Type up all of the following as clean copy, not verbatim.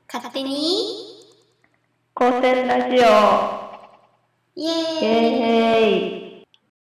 勝手に高専ラジオイエーイ。 イエーイ。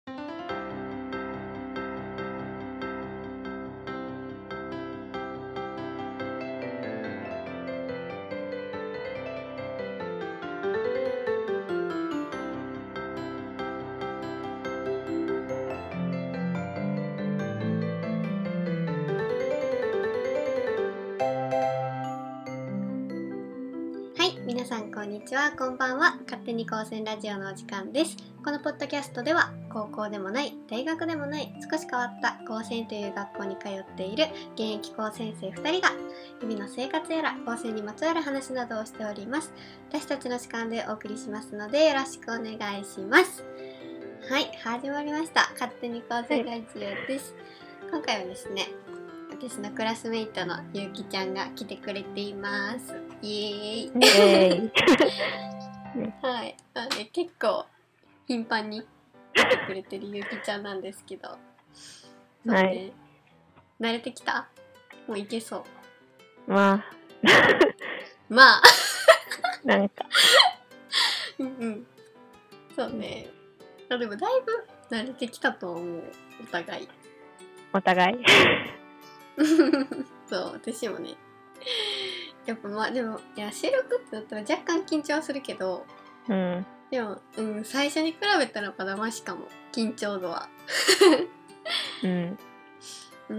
はい、皆さんこんにちは、こんばんは。勝手に高専ラジオのお時間です。このポッドキャストでは高校でもない大学でもない少し変わった高専という学校に通っている現役高専生2人が日々の生活やら高専にまつわる話などをしております。私たちの時間でお送りしますのでよろしくお願いします。はい、始まりました。勝手に高専ラジオです。今回はですね、私のクラスメイトのゆうきちゃんが来てくれています。イエーイ。 イエーイ。 はい、結構頻繁に来てくれてるゆうきちゃんなんですけど、そうね、 はい、 慣れてきた？もういけそう。 まあまあなんかうんうんそうね。でもだいぶ慣れてきたと思う、お互い。 お互いそう私もね、やっぱまあでもいや収録ってなったら若干緊張するけど、 うんでも、最初に比べたらまだマシかも、緊張度は。 うんうん。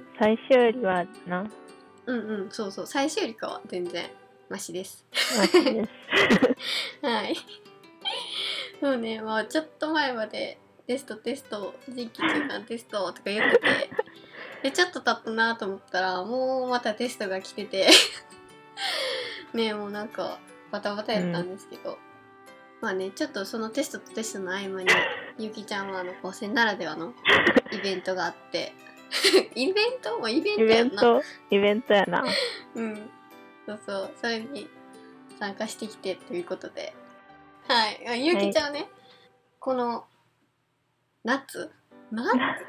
最初よりはなそうそう、最初よりかは全然マシです。 マシですはい。そうね、まあちょっと前までテスト、前期中間テストとか言ってて、で、ちょっと経ったなと思ったら、もうまたテストが来てて、ね、もうなんかバタバタやったんですけど、まあね、ちょっとそのテストとテストの合間にゆきちゃんは高専ならではのイベントがあってイベントもイベントやんな。 イベントやな。 うんそうそう、それに参加してきてということで、はい、ゆきちゃんはね、はい、この夏ま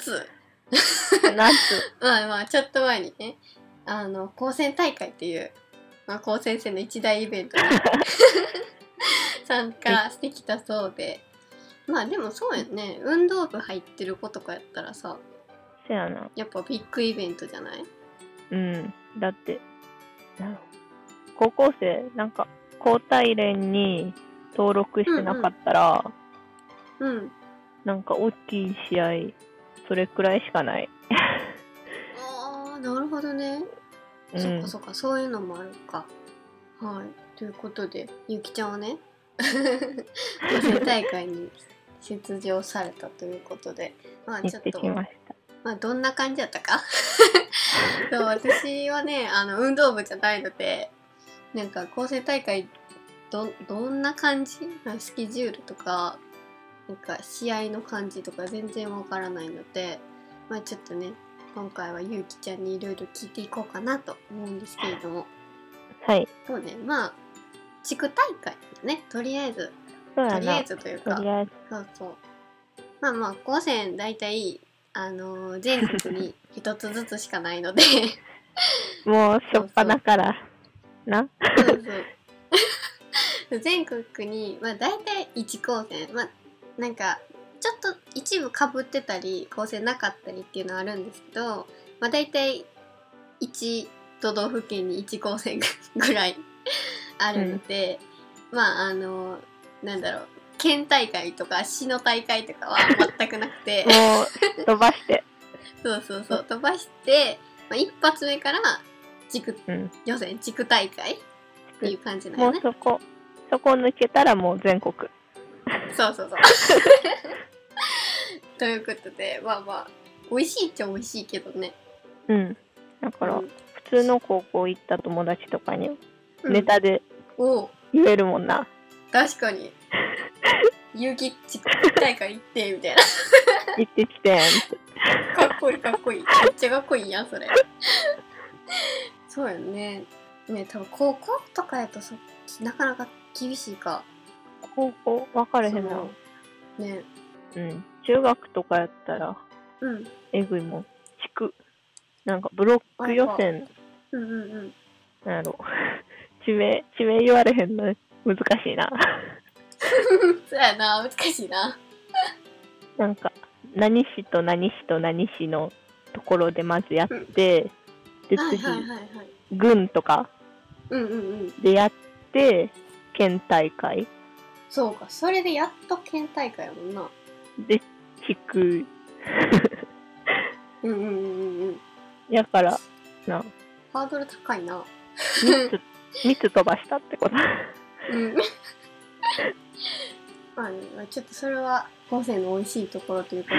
あちょっと前にね、高専大会っていう、高専生の一大イベントに参加してきたそうで、まあでもそうやね、運動部入ってる子とかやったらさ、 そやな。 やっぱビッグイベントじゃない？ うんだって高校生なんか高体連に登録してなかったら、なんか大きい試合それくらいしかない。 ああ、なるほどね。そっか、そういうのもあるか。はい、ということでゆきちゃんはね高専大会に出場されたということで、まあちょっと行ってきました。 まあどんな感じだったかそう、私はね、運動部じゃないので、なんか高専大会どんな感じ、スケジュールとかなんか試合の感じとか全然わからないので、まあちょっとね、今回はゆうきちゃんにいろいろ聞いていこうかなと思うんですけれども、 はい。 そうね、まあ地区大会ね、とりあえずというか、そうまあ高専大体全国に一つずつしかないのでもうしょっぱなからな。 そう全国にまあ大体1高専、まあなんかちょっと一部かぶってたり高専なかったりっていうのはあるんですけど、まあ大体1都道府県に1高専ぐらいあるので、まあなんだろう、県大会とか市の大会とかは全くなくてもう飛ばしてそう飛ばして、まあ、一発目から予選地区大会っていう感じなのね。 もうそこ抜けたらもう全国そうということで、まあ美味しいっちゃ美味しいけどね。 だから、普通の高校行った友達とかにネタで言えるもんな。 確かに有機地区大会行ってみたいな行ってきてんかっこいいめっちゃかっこいいやんそれそうよね。多分高校とかやとなかなか厳しいか。 高校分かれへんなね。 中学とかやったらえぐいもん。地区なんかブロック予選なんやろ地名言われへんの難しいな。 そうやな、難しいな。 なんか何市と何市と何市のところでまずやって、で次、郡とかでやって、県大会。 そうか、それでやっと県大会やもんな。 で地区。やからな。 ハードル高いな。 3つ飛ばしたってこと。 まあね、ちょっとそれは高専の美味しいところということ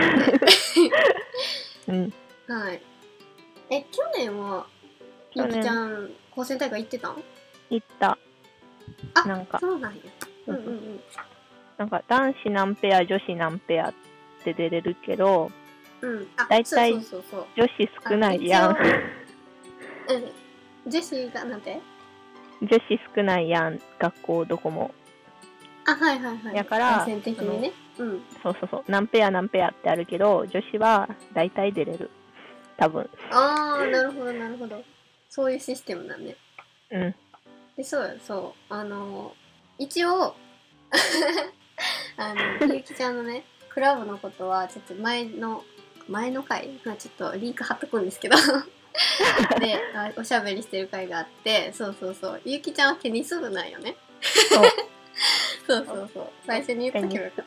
で。はい。去年はゆうきちゃん高専大会行ってたん？ 行った。 あ、 なんかそうなんや。 なんか男子何ペア女子何ペアって出れるけど、だいたい女子少ないやん。 女子がなんて？ 女子少ないやん、学校どこも。だから先的にね。 そう何ペアってあるけど、女子はだいたい出れる。多分。 ああ、なるほど。そういうシステムなんね。で、そう一応ゆうきちゃんのね、クラブのことはちょっと前の回、ちょっとリンク貼っとくんですけどで、おしゃべりしてる回があって、ゆうきちゃんはテニス部なんよね。そう最初に言っとけばよかった。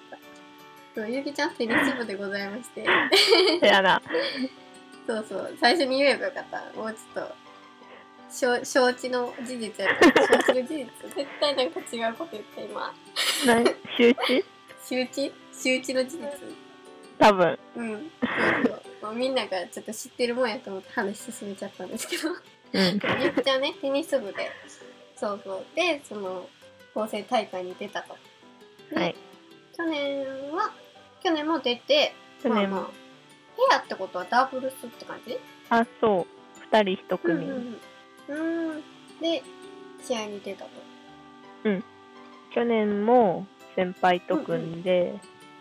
ゆうきちゃんテニス部でございましてやな。 最初に言えばよかった。もうちょっと承知の事実やった。承知の事実。絶対なんか違うこと言った今。 周知の事実。 多分。 みんながちょっと知ってるもんやと思って話進めちゃったんですけど。ゆうきちゃんね、テニス部で。で、その高専大会に出たと。で、去年も出て、ペアってことはダブルスって感じ？ あ、そう。2人1組。 で、試合に出たと。 去年も先輩と組んで、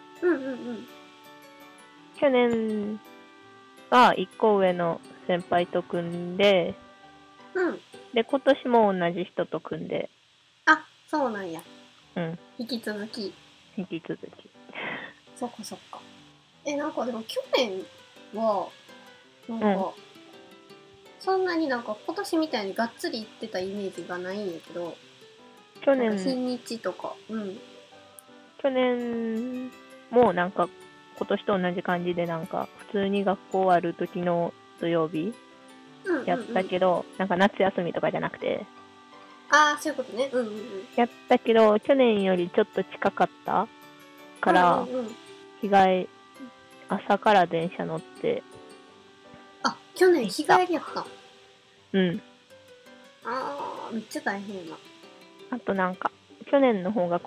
去年は1個上の先輩と組んで、で、今年も同じ人と組んで。 あ、そうなんや。引き続き。そっか。なんかでも去年は、そんなになんか今年みたいにがっつり行ってたイメージがないんやけど、 去年日にちとか、 去年もなんか今年と同じ感じでなんか普通に学校ある時の土曜日やったけど、なんか夏休みとかじゃなくて、 そういうことね。 やったけど去年よりちょっと近かったから、日帰り朝から電車乗って。 去年日帰りやった。 めっちゃ大変やな。 あとなんか去年の方が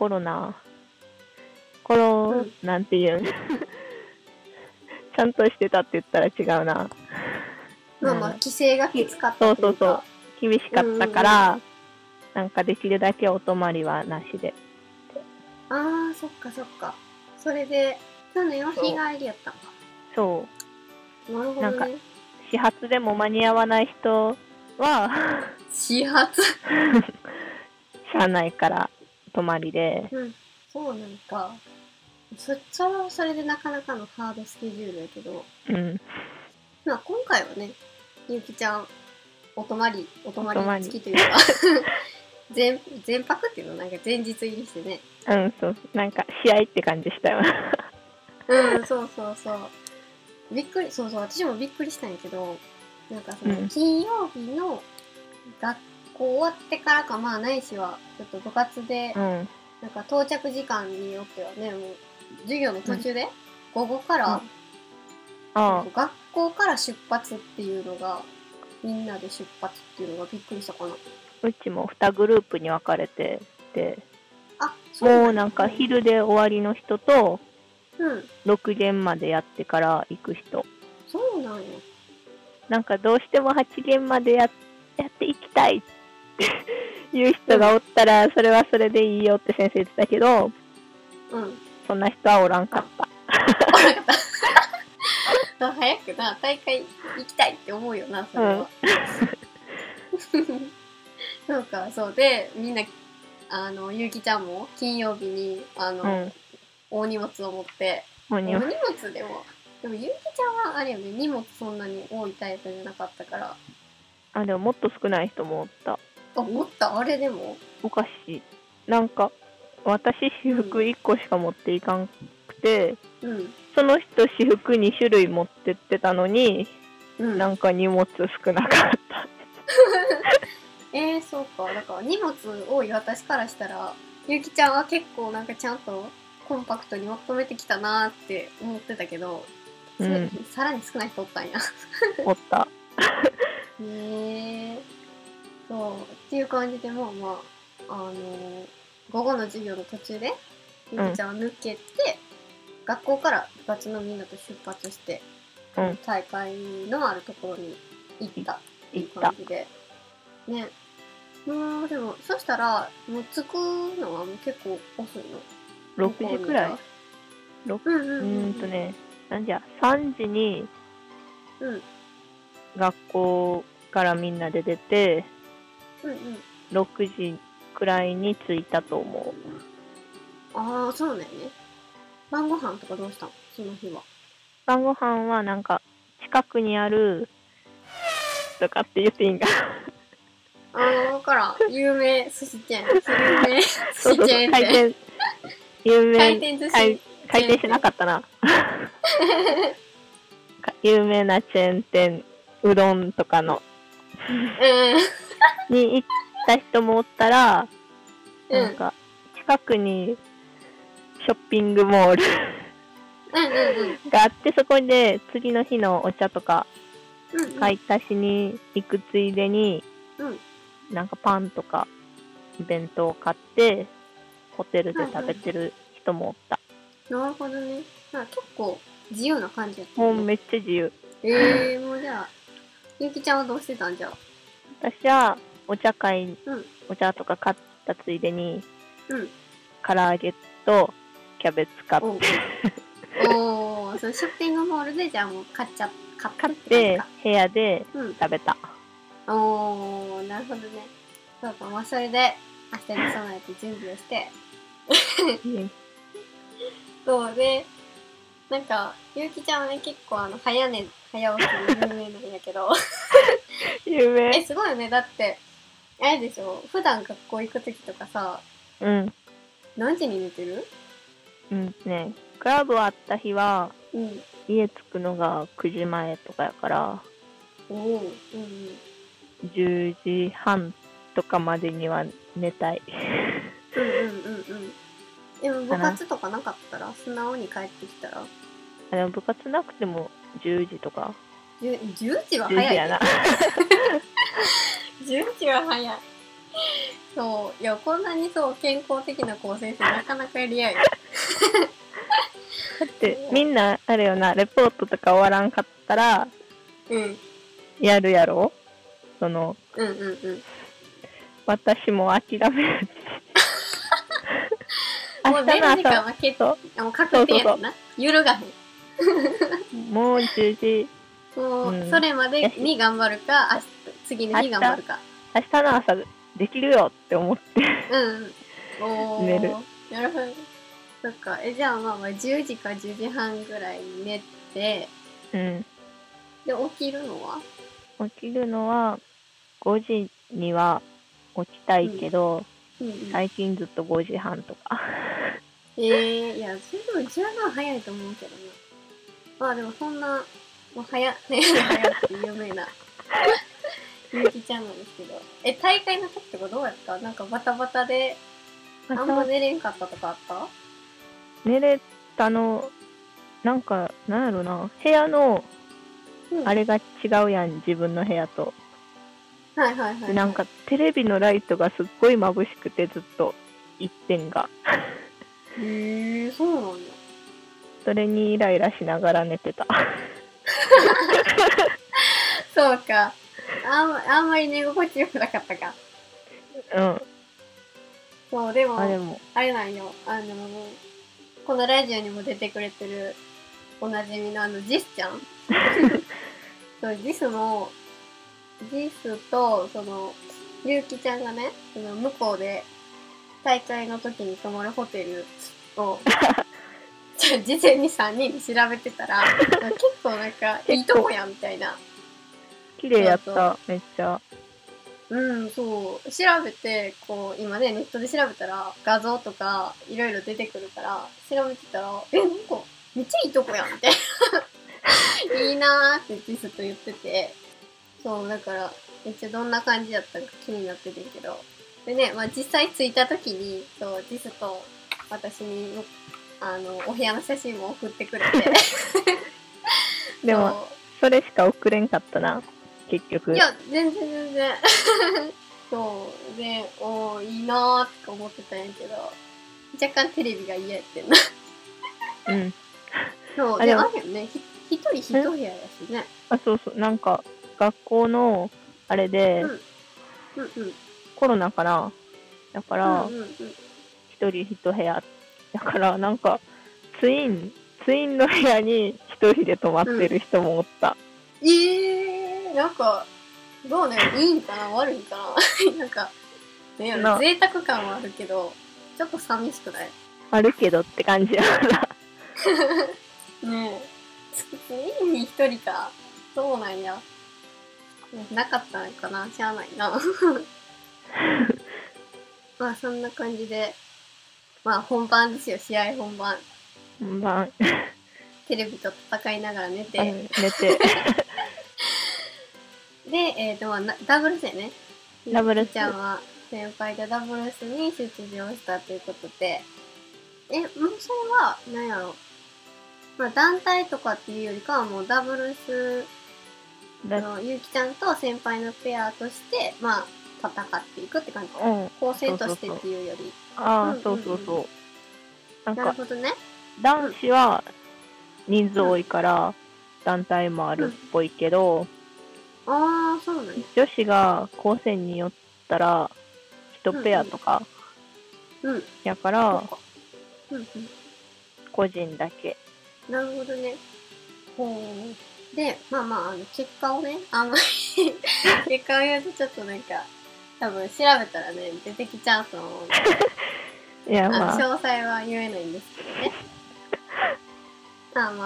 なんていうんちゃんとしてたって言ったら違うな。 規制がきつかったというか。 厳しかったから、なんかできるだけお泊まりはなしで。 そっか。それで去年は日帰りやったんか。 そう。 なるほどね。 なんか始発でも間に合わない人は始発車内から泊まりで。 そうなんか。それはそれでなかなかのハードスケジュールやけど。今回はね、ゆうきちゃんお泊まり付きというか全泊っていうのなんか前日入りしてね。 そうなんか試合って感じしたよ。 そうびっくり。私もびっくりしたんやけど、なんかその金曜日の学校終わってからか、ないしはちょっと部活で、なんか到着時間によってはね、もう授業の途中で、午後から、学校から出発っていうのが、みんなで出発っていうのがびっくりしたかな。 うちも2グループに分かれてて、もうなんか昼で終わりの人と、6限までやってから行く人。 そうなんや。 なんかどうしても8限までやっていきたいっていう人がおったら、それはそれでいいよって先生言ってたけど、そんな人はおらんかった。 早くな、大会行きたいって思うよな、それは。 そうか、そうで、みんな、ゆうきちゃんも金曜日に、大荷物を持って、大荷物でもゆうきちゃんはあれよね、荷物そんなに多いタイプじゃなかったから。 あ、でももっと少ない人もおった。 あ、おった？あれでもおかしい。なんか、私私服1個しか持っていかんくて、その人私服2種類持ってってたのに、なんか荷物少なかった。 そうか。だから荷物多い私からしたら、ゆうきちゃんは結構なんかちゃんとコンパクトにまとめてきたなーって思ってたけど、さらに少ない人おったんや。 おった。 そう。っていう感じでもまあ、午後の授業の途中で、ゆうきちゃんは抜けて、学校から部活のみんなと出発して、大会のあるところに行ったっていう感じで。ね。もうでも、そしたら、もう着くのはもう結構遅いの ?6 時くらいなんじゃ、3時に、学校からみんなで出て、6時くらいに着いたと思う。ああ、そうだよね。晩ご飯とかどうしたの？その日は。 晩ご飯はなんか、近くにある、とかって言っていいんか。 わからん。有名寿司チェーン。有名寿司チェーン店。 有名回転寿司。 回転しなかったな。有名なチェーン店、うどんとかの。に行った人もおったら、なんか、近くにショッピングモールがあって、そこで次の日のお茶とか買い足しに行くついでに、なんかパンとか弁当を買ってホテルで食べてる人もおった。 なるほどね。結構自由な感じやった、 ね。もうめっちゃ自由。 もうじゃあ、ゆうきちゃんはどうしてたんじゃあ？ 私はお茶お茶とか買ったついでに、唐揚げとキャベツ買ってそのショッピングモールでじゃあもう買って部屋で食べた。 なるほどね。そうか、まあそれで明日に備えて準備をしてそうで、なんかゆうきちゃんはね、結構早起きで有名なんやけど有名。 すごいよね。だってあれでしょ、普段学校行く時とかさ、何時に寝てる？ クラブあった日は、家着くのが9時前とかやから、10時半とかまでには寝たい。 でも部活とかなかったら、素直に帰ってきたら？ でも部活なくても10時とか。 10時は早いやな。10時は早い。そう。いや、こんなに健康的な高先生なかなかやりやい。 だってみんなあれよな、レポートとか終わらんかったら、やるやろ？私も諦める。 もう寝る時間は結構、もう確定やな。揺るがへん。 もう10時。 もう、それまでに頑張るか、次の日頑張るか。 明日の朝できるよって思って。寝る。 なるほど。そっか。じゃあまあ10時か10時半ぐらいに寝て、で、起きるのは 5時には起きたいけど、最近ずっと5時半とか。 いや、それでも十分早いと思うけどな。まあでもそんな、もう早って有名なゆうきちゃんなんですけど。大会の時とかどうやった？なんかバタバタで、あんま寝れんかったとかあった？ 寝れたの、なんか、なんやろな、部屋の、あれが違うやん、自分の部屋と。なんか、テレビのライトがすっごい眩しくて、ずっと、一点が。 そうなんだ。 それにイライラしながら寝てた。 そうか。あんまり寝心地よくなかったか。そう、でも、あれなんよ。このラジオにも出てくれてる、おなじみのジスちゃんそう、ジスと、 ゆうきちゃんがね、向こうで大会の時に泊まるホテルを事前に3人で調べてたら結構なんかいいとこやんみたいな。 綺麗やっそうた、めっちゃ。 そう調べてこう今ねネットで調べたら画像とかいろいろ出てくるから調べてたらなんかめっちゃいいとこやんみたいな。いいなーってジスと言ってて、そうだからめっちゃどんな感じだったか気になっててんけど、でね、まあ、実際着いた時にそうジスと私にお部屋の写真も送ってくれてでもそれしか送れんかったな結局。 いや全然そうでいいなーって思ってたんやけど若干テレビが嫌やってんな。 うんそうであるよね、一人一部屋やしね。 そうなんか学校のあれで、コロナかな、だから一人一部屋だからなんかツインの部屋に一人で泊まってる人もおった。 なんかどうね、いいんかな悪いんかななんかね、贅沢感はあるけどちょっと寂しくない？ あるけどって感じやからねえ、ツインに一人か、そうなんや。なかったのかな、しゃあないな。まあそんな感じで、まあ本番ですよ、試合本番。テレビと戦いながら寝て。で、まあ、ダブルスやね。 ダブルス。 ちゃんは先輩でダブルスに出場したということで、もうそれは、なんやろ。まあ団体とかっていうよりかはもうダブルスのゆうきちゃんと先輩のペアとして、まあ戦っていくって感じ。構成としてっていうより。 そう。 なるほどね。 男子は人数多いから団体もあるっぽいけど、 そうなんや。 女子が高専によったら1ペアとかやから、個人だけ。 なるほどね。で、まあ結果をね、あんまり結果を言うとちょっとなんか多分調べたらね出てきちゃうと思うんでいや、 詳細は言えないんですけどね。まあ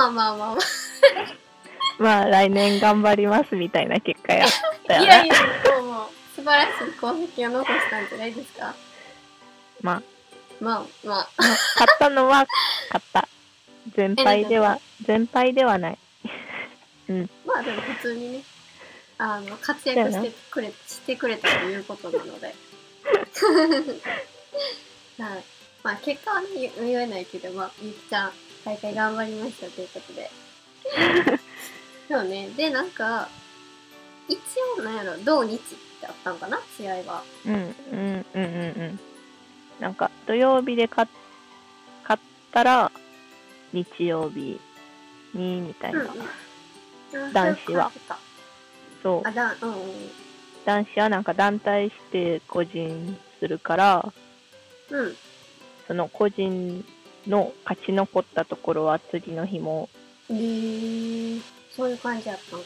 まあ来年頑張りますみたいな結果やったよな。いやもう素晴らしい功績を残したんじゃないですか。まあ勝ったのは勝った。全敗ではない。 まあでも普通にね活躍してくれたということなのではい、まあ結果はね言えないけど、まあゆきちゃん大会頑張りましたということでそうね。でなんか一応なんやろ同日ってあったんかな試合は。 なんか土曜日で勝ったら日曜日にみたいな。男子はそう。男子はなんか団体して個人するから、その個人の勝ち残ったところは次の日も。 そういう感じやったんか。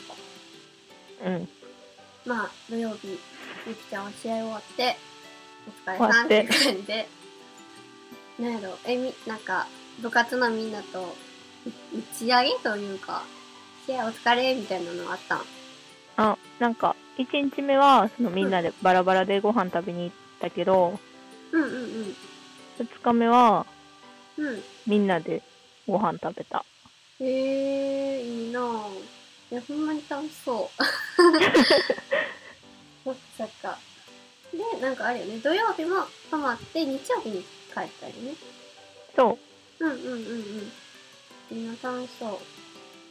まあ土曜日ゆきちゃんは試合終わってお疲れさんって感じで、なんやろなんか部活のみんなと打ち上げというか試合お疲れみたいなのあったん？ なんか1日目はそのみんなでバラバラでご飯食べに行ったけど、2日目はみんなでご飯食べた。 いいなぁ。いやほんまに楽しそう。そっか。でなんかあるよね、土曜日も泊まって日曜日に帰ったよね。 そう。 みんな楽しそう。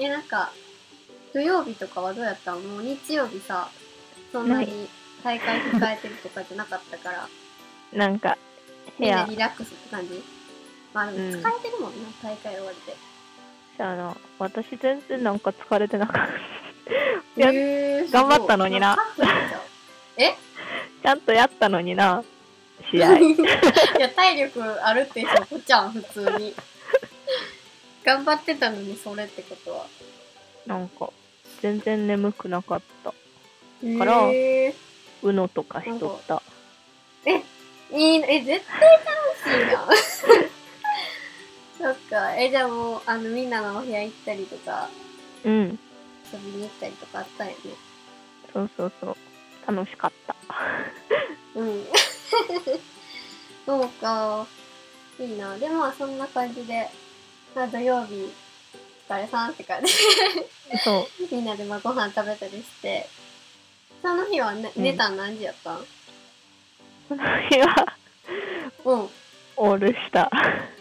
なんか土曜日とかはどうやったの？もう日曜日さそんなに大会控えてるとかじゃなかったからなんかみんなリラックスって感じ？まあでも疲れてるもんな、大会終わりで。 私全然なんか疲れてなかった頑張ったのにな。ちゃんとやったのにな、試合。 いや体力あるって人じゃん普通に。頑張ってたのにそれってことは。 なんか全然眠くなかったから UNO とかしとった。 絶対楽しいな。そっか。じゃあもうみんなのお部屋行ったりとか、 うん。 遊びに行ったりとかあったよね。 そうそうそう。楽しかった。 うん。そうか。いいな。でまあそんな感じで、土曜日お疲れさんって感じでそう。 みんなでご飯食べたりして、その日は、ね、寝たん何時やったん？ その日はオールした。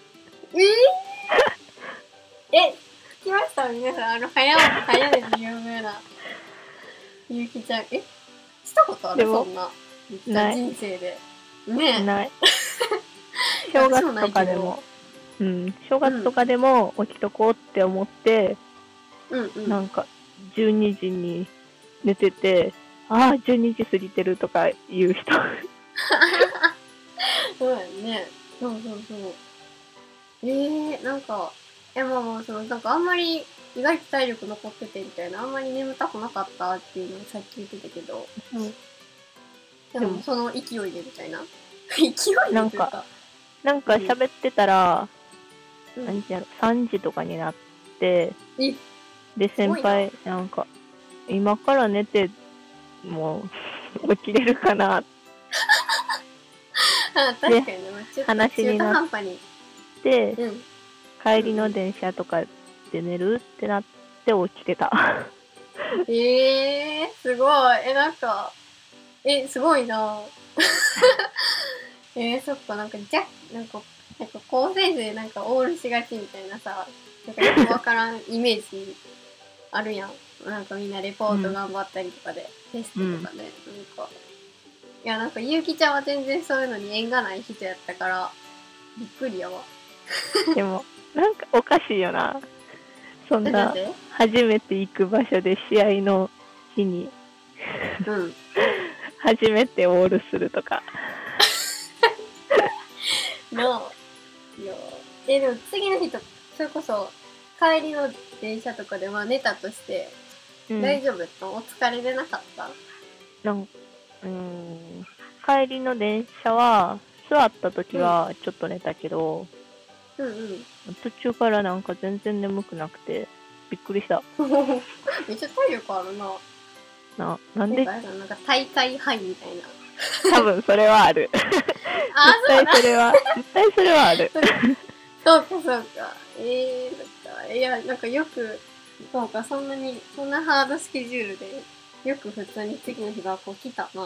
聞きました皆さん、早寝で有名なゆうきちゃん、したことある？そんな人生で。ねえ。 ない。正月とかでも、正月とかでも起きとこうって思って、なんか12時に寝てて、12時過ぎてるとか言う人。 そうやね。そう。なんか、なんかあんまり意外と体力残っててみたいな、あんまり眠たくなかったっていうのをさっき言ってたけど、でもその勢いでみたいな。勢いでなんか喋ってたら、3時とかになって、で、先輩、なんか、今から寝て、もう、起きれるかな確かにね、 話になって、帰りの電車とかで寝るってなって起きてた。 すごい。なんか、すごいなそっか、なんか高専生なんかオールしがちみたいなさ、なんかよくわからんイメージあるやん。なんかみんなレポート頑張ったりとかで、テストとかで、なんかゆうきちゃんは全然そういうのに縁がない人やったから、びっくりやわ。 でも、なんかおかしいよな。そんな、初めて行く場所で試合の日に、初めてオールするとか。 でも次の日と、それこそ、帰りの電車とかで寝たとして、大丈夫やった？お疲れでなかった？ 帰りの電車は、座った時はちょっと寝たけど、途中からなんか全然眠くなくて、びっくりした。 めっちゃ体力あるな。 なんで？ なんか大会杯みたいな。 多分それはある。絶対それはある。 そうか。いや、なんかよく、そんなハードスケジュールで、よく普通に次の日学校来たな。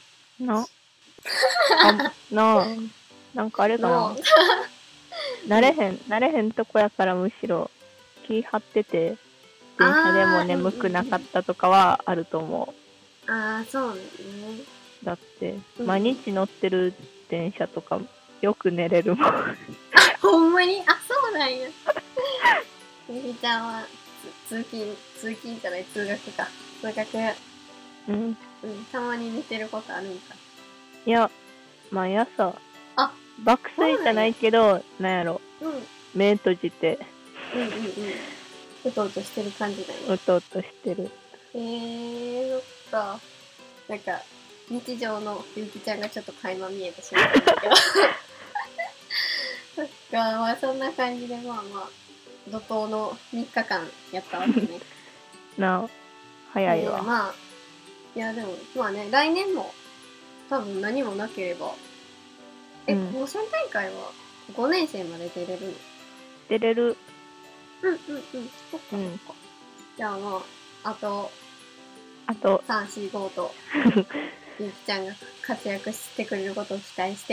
なんかあれかな。慣れへんとこやからむしろ気張ってて、電車でも眠くなかったとかはあると思う。そうね。 だって、毎日乗ってる電車とかよく寝れるもん。 ほんまに？そうなんや。ゆきちゃんは通勤じゃない、通学か。通学。たまに寝てることあるんか。 いや、毎朝。爆睡じゃないけど、なんやろ。目閉じて。 うとうとしてる感じだよね。 うとうとしてる。 そっか。なんか、日常のゆきちゃんがちょっと垣間見えてしまったんだけど。そっか、そんな感じで怒涛の3日間やったわけね。 早いわ。 いやでも、来年も多分何もなければ。高専大会は5年生まで出れるの？ 出れる。 そっか。じゃああと3、4、5と、ゆきちゃんが活躍してくれることを期待して。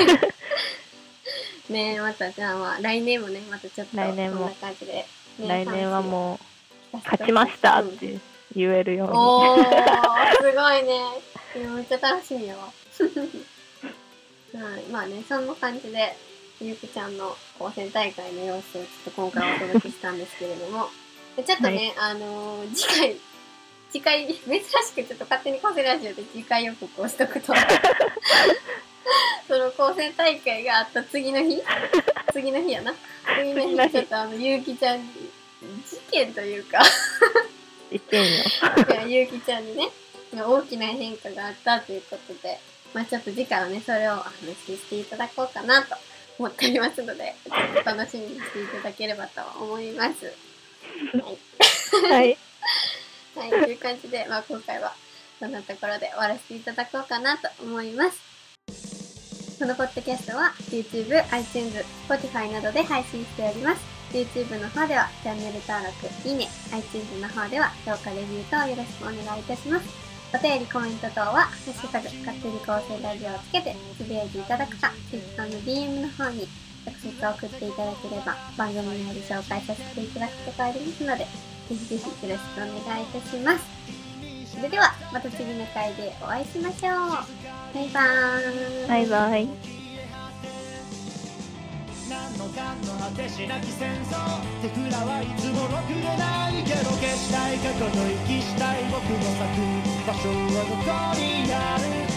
ね、またじゃあ来年もね、またちょっとこんな感じで。 来年はもう、勝ちましたって言えるように。 すごいね。めっちゃ楽しみやわ。そんな感じで、ゆきちゃんの高専大会の様子をちょっと今回お届けしたんですけれども、ちょっとね、次回、珍しくちょっと勝手に高専ラジオで次回予告をしとくと、その高専大会があった次の日やな。次の日ちょっとゆきちゃんに、事件というか事件よ。 ゆきちゃんにね、 大きな変化があったということで、ちょっと次回はねそれをお話ししていただこうかなと思っておりますので、ちょっと楽しみにしていただければと思います。はい、はい、という感じで、今回はこんなところで終わらせていただこうかなと思います。このポッドキャストは YouTube、iTunes、Spotify などで配信しております。YouTube の方ではチャンネル登録、いいね、iTunes の方では評価、レビューとよろしくお願いいたします。お便り、コメント等はハッシュタグ勝手に構成ラジオをつけてつぶやいていただくか、Twitter の DM の方に直接送っていただければ番組の方で紹介させていただくことがありますので、ぜひぜひよろしくお願いいたします。それではまた次の回でお会いしましょう。バイバーイ。 バイバイ。 何のかんの果てしなき戦争、手札はいつもろくれないけど、消したい過去の息したい僕の咲く場所はどこにある。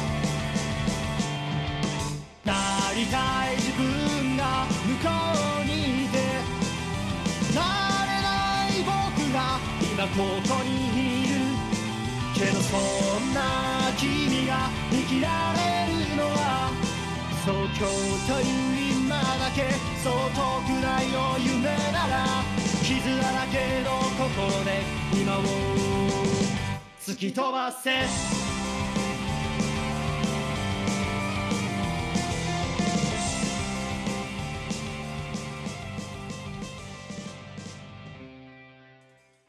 なりたい自分が向こうにいて、なれない僕が今ここにいるけど、そんな君が生きられるのはそう今日という今だけ、そう遠くないよ夢なら、傷だらけの心で今を突き飛ばせ。